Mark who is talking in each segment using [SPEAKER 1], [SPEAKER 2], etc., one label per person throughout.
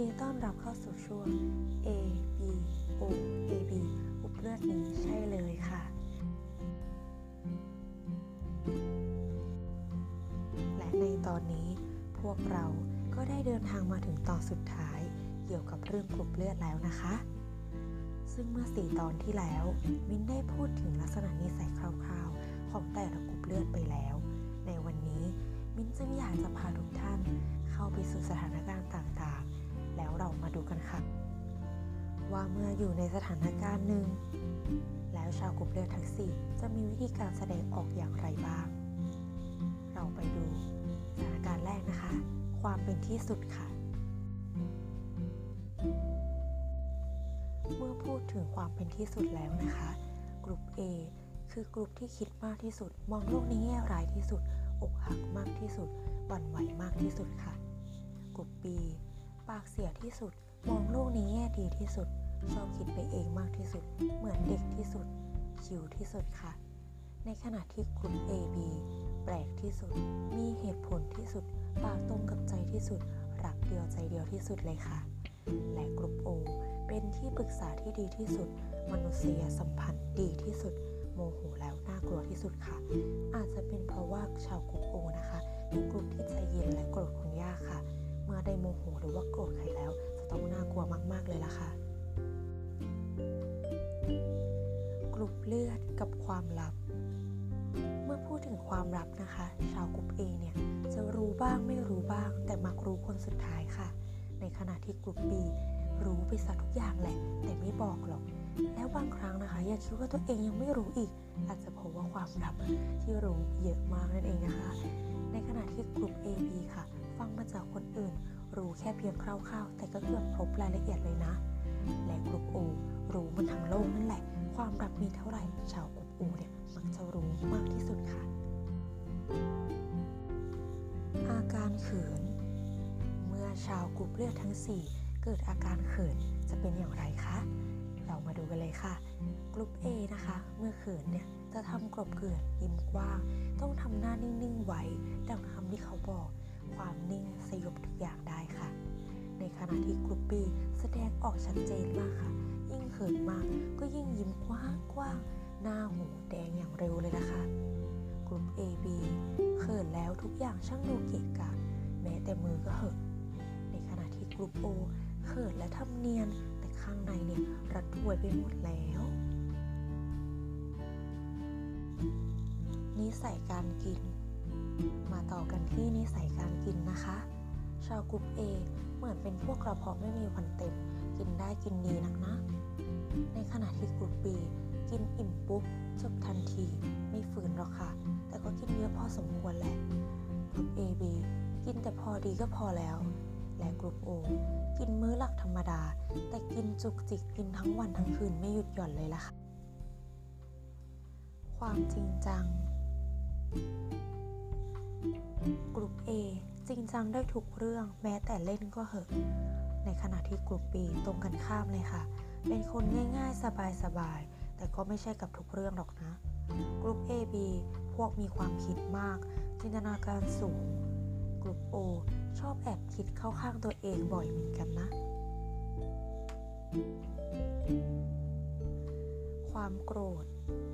[SPEAKER 1] ดีต้อนรับเข้าสู่ช่วง A B O A B กรุ๊ปเลือดนี้ใช่เลยค่ะและในตอนนี้พวกเราก็ได้เดินทางมาถึงตอนสุดท้ายเกี่ยวกับเรื่องกรุ๊ปเลือดแล้วนะคะซึ่งเมื่อ4ตอนที่แล้วมิ้นได้พูดถึงลักษณะนิสัยคร่าวๆของแต่ละกรุ๊ปเลือดไปแล้วในวันนี้มิ้นจึงอยากจะพาทุกท่านเข้าไปสู่สถานการณ์ต่างๆแล้วเรามาดูกันค่ะว่าเมื่ออยู่ในสถานการณ์หนึ่งแล้วชาวกรุ๊ปเลือดทั้ง4จะมีวิธีการแสดงออกอย่างไรบ้างเราไปดูสถานการณ์แรกนะคะความเป็นที่สุดค่ะเมื่อพูดถึงความเป็นที่สุดแล้วนะคะกลุ่ม A คือกลุ่มที่คิดมากที่สุดมองโลกในแง่ร้ายที่สุดอกหักมากที่สุดหวั่นไหวมากที่สุดค่ะกลุ่ม B ปากเสียที่สุดมองโลกในแง่ดีที่สุดชอบคิดไปเองมากที่สุดเหมือนเด็กที่สุดชิลที่สุดค่ะในขณะที่กลุ่ม AB แปลกที่สุดมีเหตุผลที่สุดปากตรงกับใจที่สุดรักเดียวใจเดียวที่สุดเลยค่ะและกลุ่ม O เป็นที่ปรึกษาที่ดีที่สุดมนุษยสัมพันธ์ดีที่สุดโมโหแล้วน่ากลัวที่สุดค่ะอาจจะเป็นเพราะว่าชาวกลุ่ม O นะคะเป็นกลุ่มที่ใจเย็นและโกรธคนยากค่ะเมื่อได้โมโหหรือว่าโกรธใครแล้วจะต้องน่ากลัวมากๆเลยล่ะค่ะกลุ่มเลือดกับความลับเมื่อพูดถึงความลับนะคะชาวกลุ่ม A เนี่ยจะรู้บ้างไม่รู้บ้างแต่มักรู้คนสุดท้ายค่ะในขณะที่กลุ่ม B รู้ไปซะทุกอย่างแหละแต่ไม่บอกหรอกแล้วบางครั้งนะคะอย่าคิดว่าตัวเองยังไม่รู้อีกอาจจะเพราะว่าความลับที่รู้เยอะมากนั่นเองนะคะในขณะที่กลุ่ม AB ค่ะฟังมาจากคนอื่นรู้แค่เพียงคร่าวๆแต่ก็เกือบครบรายละเอียดเลยนะและกลุ่ม O รู้มันทั้งโลกนั่นแหละความลับมีเท่าไหร่ชาวกลุ่ม O เนี่ยมักจะรู้มากที่สุดค่ะอาการเขินเมื่อชาวกลุ่มเลือดทั้ง4เกิดอาการเขินจะเป็นอย่างไรคะเรามาดูกันเลยค่ะกลุ่ม A นะคะเมื่อเขินเนี่ยจะทำกลบเกลื่อนยิ้มกว้างต้องทำหน้านิ่งๆไว้ดังคำที่เขาบอกความนิ่งสยบทุกอย่างได้ค่ะในขณะที่กลุ่ม B แสดงออกชัดเจนมากค่ะยิ่งเขินมากก็ยิ่งยิ้มกว้างหน้าหูแดงอย่างเร็วเลยนะคะกลุ่ม AB เขินแล้วทุกอย่างช่างดูเกะกะแม้แต่มือก็เหอะในขณะที่กลุ่ม O เขินและทำเนียนแต่ข้างในเนี่ยระทวยไปหมดแล้วนิสัยการกินมาต่อกันที่นิสัยการกินนะคะชาวกลุ่ม A เหมือนเป็นพวกกระเพาะไม่มีวันเต็มกินได้กินดีนักนะในขณะที่กลุ่ม B กินอิ่มปุ๊บจบทันทีไม่ฝืนหรอกค่ะแต่ก็กินเยอะพอสมควรแหละกลุ่ม AB กินแต่พอดีก็พอแล้วและกลุ่ม O กินมื้อหลักธรรมดาแต่กินจุกจิกกินทั้งวันทั้งคืนไม่หยุดหย่อนเลยล่ะค่ะความจริงจังกลุ่ม A จริงจังได้ทุกเรื่องแม้แต่เล่นก็เหอะในขณะที่กลุ่ม B ตรงกันข้ามเลยค่ะเป็นคนง่ายๆสบายๆแต่ก็ไม่ใช่กับทุกเรื่องหรอกนะกลุ่ม AB พวกมีความคิดมากจินตนาการสูงกลุ่ม O ชอบแอบคิดเข้าข้างตัวเองบ่อยเหมือนกันนะความโกรธ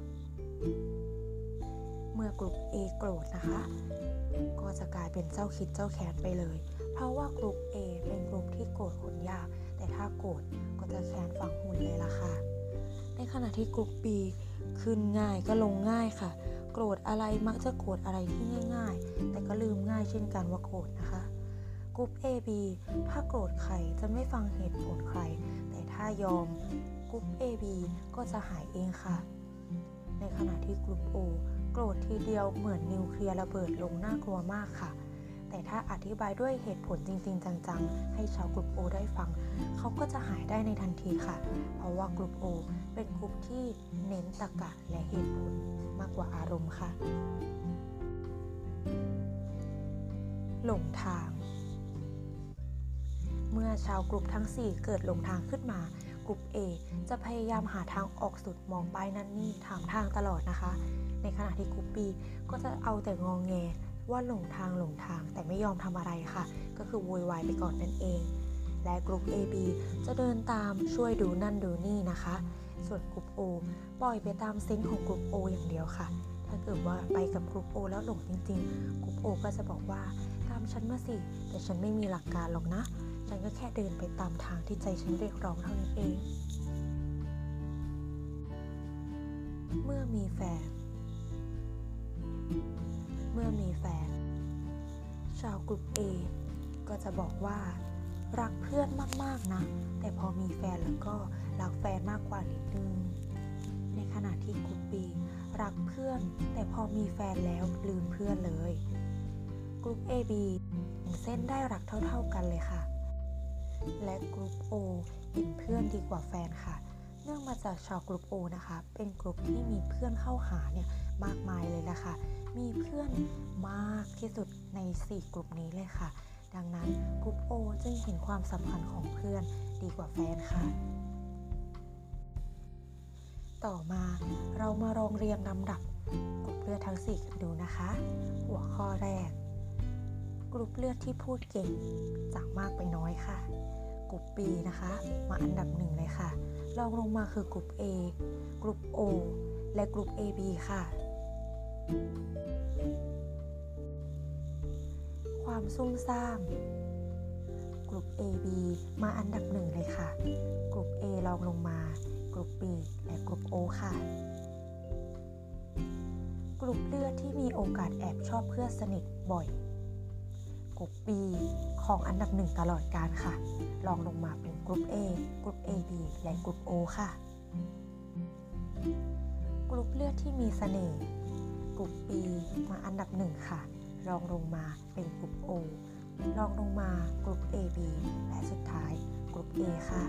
[SPEAKER 1] เมื่อกลุ่ม A โกรธนะคะก็จะกลายเป็นเจ้าคิดเจ้าแค้นไปเลยเพราะว่ากลุ่ม A เป็นกลุ่มที่โกรธคนยากแต่ถ้าโกรธก็จะแค้นฝังหุ่นเลยล่ะค่ะในขณะที่กลุ่ม B ขึ้นง่ายก็ลงง่ายค่ะโกรธอะไรมักจะโกรธอะไรที่ง่ายๆแต่ก็ลืมง่ายเช่นกันว่าโกรธนะคะกลุ่ม AB ถ้าโกรธใครจะไม่ฟังเหตุผลใครแต่ถ้ายอมกลุ่ม AB ก็จะหายเองค่ะในขณะที่กลุ่ม O โกรธทีเดียวเหมือนนิวเคลียร์ระเบิดลงน่ากลัวมากค่ะแต่ถ้าอธิบายด้วยเหตุผลจริงๆจังๆให้ชาวกลุ่ม O ได้ฟังเขาก็จะหายได้ในทันทีค่ะเพราะว่ากลุ่ม O เป็นกลุ่มที่เน้นตรรกะและเหตุผลมากกว่าอารมณ์ค่ะหลงทางเมื่อชาวกลุ่มทั้ง4เกิดหลงทางขึ้นมากลุ่ม A จะพยายามหาทางออกสุดมองป้ายนั่นนี่ถามทางตลอดนะคะในขณะที่กลุ่ม B ก็จะเอาแต่งองแงว่าหลงทางแต่ไม่ยอมทำอะไรค่ะก็คือโวยวายไปก่อนนั่นเองและกลุ่ม AB จะเดินตามช่วยดูนั่นดูนี่นะคะส่วนกลุ่ม O ปล่อยไปตามเซนส์ของกลุ่ม O อย่างเดียวค่ะถ้าเกิดว่าไปกับกลุ่ม O แล้วหลงจริงๆกลุ่ม O ก็จะบอกว่าตามฉันมาสิแต่ฉันไม่มีหลักการหรอกนะฉันก็แค่เดินไปตามทางที่ใจฉันเรียกร้องเท่านั้นเองเมื่อมีแฟนชาวกลุ่ม A ก็จะบอกว่ารักเพื่อนมากๆนะแต่พอมีแฟนแล้วก็รักแฟนมากกว่านิดนึงในขณะที่กลุ่ม B รักเพื่อนแต่พอมีแฟนแล้วลืมเพื่อนเลยกลุ่ม AB เส้นได้รักเท่าๆกันเลยค่ะและกลุ่ม O เห็นเพื่อนดีกว่าแฟนค่ะเนื่องมาจากชาวกลุ่ม O นะคะเป็นกลุ่มที่มีเพื่อนเข้าหาเนี่ยมากมายเลยละค่ะมีเพื่อนมากที่สุดใน4กลุ่มนี้เลยค่ะดังนั้นกลุ่ม O จึงเห็นความสำคัญของเพื่อนดีกว่าแฟนค่ะต่อมาเรามาลองเรียงลำดับกลุ่มเลือดทั้ง4กันดูนะคะหัวข้อแรกกลุ่มเลือดที่พูดเก่งจากมากไปน้อยค่ะกลุ่ม B นะคะมาอันดับ1เลยค่ะรองลงมาคือกลุ่ม A กลุ่ม O และกลุ่ม AB ค่ะความซุ่มซ่ามกลุ่ม AB มาอันดับ1เลยค่ะกลุ่ม A รองลงมากลุ่ม B และกลุ่ม O ค่ะกลุ่มเลือดที่มีโอกาสแอบชอบเพื่อนสนิทบ่อยกลุ่ม B ของอันดับ1ตลอดกาลค่ะรองลงมาเป็นกลุ่ม A กลุ่ม AB และกลุ่ม O ค่ะกลุ่มเลือดที่มีเสน่ห์กลุ่ม B มาอันดับ1ค่ะรองลงมาเป็นกลุ่ม O รองลงมากลุ่ม AB และสุดท้ายกลุ่ม A ค่ะ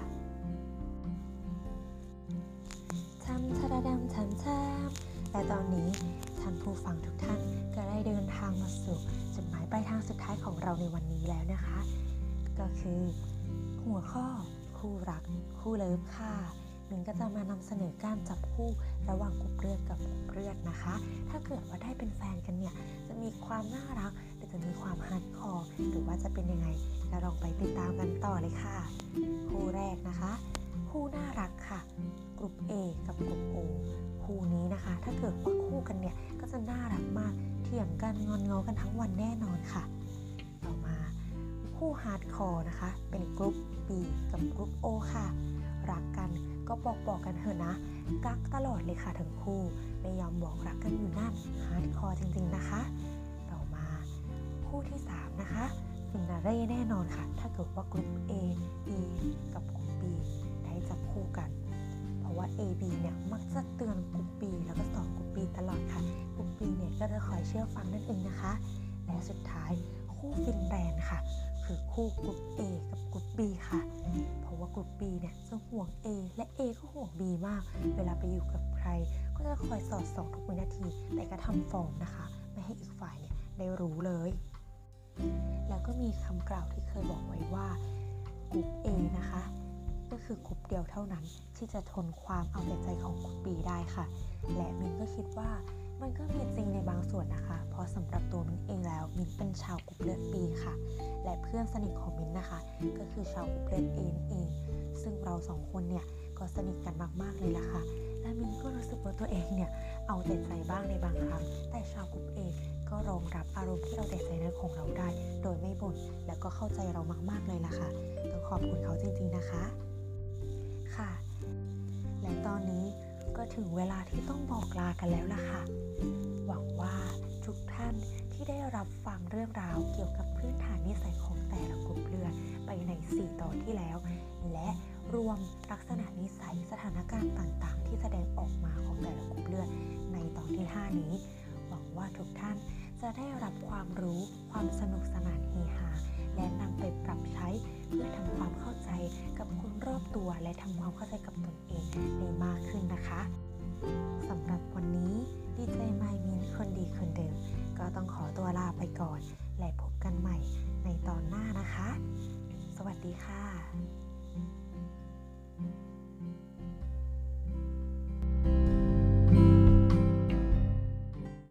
[SPEAKER 1] ชะระดำและตอนนี้ท่านผู้ฟังทุกท่านก็ได้เดินทางมาสู่จุดหมายปลายทางสุดท้ายของเราในวันนี้แล้วนะคะก็คือหัวข้อคู่รักคู่เลิฟค่ะมินก็จะมานำเสนอการจับคู่ระหว่างกลุ่มเลือดกับกลุ่มเลือดนะคะถ้าเกิดว่าได้เป็นแฟนกันเนี่ยจะมีความน่ารักหรือจะมีความฮาร์ดคอร์หรือว่าจะเป็นยังไงเราลองไปติดตามกันต่อเลยค่ะคู่แรกนะคะคู่น่ารักค่ะกลุ่ม A กับกลุ่ม O คู่นี้นะคะถ้าเกิดว่าคู่กันเนี่ยก็จะน่ารักมากเถียงกันงอนเงากันทั้งวันแน่นอนค่ะต่อมาคู่ฮาร์ดคอร์นะคะเป็นกลุ่ม B กับกลุ่ม O ค่ะรักกันก็บอกกันเถอะนะกักตลอดเลยค่ะทั้งคู่ไม่ยอมบอกรักกันอยู่นั่นฮาร์ดคอร์จริงๆนะคะต่อมาคู่ที่3นะคะฟินาเร่แน่นอนค่ะถ้าเกิดว่ากลุ่ม A B กับกลุ่ม B ได้จับคู่กันเพราะว่า AB เนี่ยมักจะเตือนกลุ่ม B แล้วก็สอนกลุ่ม B ตลอดค่ะกลุ่ม B เนี่ยก็จะคอยเชื่อฟังนั่นเองนะคะและสุดท้ายคู่ฟินแลนด์ค่ะคือคู่กลุ่ม A กับกลุ่ม B ค่ะเพราะว่ากลุ่ม B เนี่ยจะห่วง A และ A ก็ห่วง B มากเวลาไปอยู่กับใครก็จะคอยสอดส่องทุกวินาทีแต่ก็ทำฟอร์มนะคะไม่ให้อีกฝ่ายเนี่ยได้รู้เลยแล้วก็มีคำกล่าวที่เคยบอกไว้ว่ากลุ่ม A นะคะก็คือกลุ่มเดียวเท่านั้นที่จะทนความเอาแต่ใจของกลุ่ม B ได้ค่ะและมินก็คิดว่ามันก็มีจริงในบางส่วนนะคะเพราะสำหรับตัวมินเองแล้วมินเป็นชาวกลุ่มเลือด B ค่ะและเพื่อนสนิทของมินนะคะก็คือชาวกลุ่มเลือด A นั่นเองซึ่งเราสองคนเนี่ยก็สนิทกันมากๆเลยล่ะค่ะและมินก็รู้สึกว่าตัวเองเนี่ยเอาแต่ใจบ้างในบางครั้งแต่ชาวกลุ่ม A ก็รองรับอารมณ์ที่เอาแต่ใจนั้นของเราได้โดยไม่บ่นแล้วก็เข้าใจเรามากๆเลยล่ะค่ะต้องขอบคุณเขาจริงๆนะคะค่ะและตอนนี้ก็ถึงเวลาที่ต้องบอกลากันแล้วล่ะค่ะหวังว่าทุกท่านที่ได้รับฟังเรื่องราวเกี่ยวกับพื้นฐานนิสัยของแต่ละกลุ่มเลือดไปใน4 ตอนที่แล้วและรวมลักษณะนิสัยสถานการณ์ต่างๆที่แสดงออกมาของแต่ละกลุ่มเลือดในตอนที่5นี้หวังว่าทุกท่านจะได้รับความรู้ความสนุกสนานเฮฮาและนำไปปรับใช้เพื่อทำความเข้าใจกับคนรอบตัวและทำความเข้าใจกับตนเองได้มากขึ้นนะคะสำหรับวันนี้ดีเจไมมินคนดีคนเดิมก็ต้องขอตัวลาไปก่อนและพบกันใหม่ในตอนหน้านะคะสวัสดีค่ะ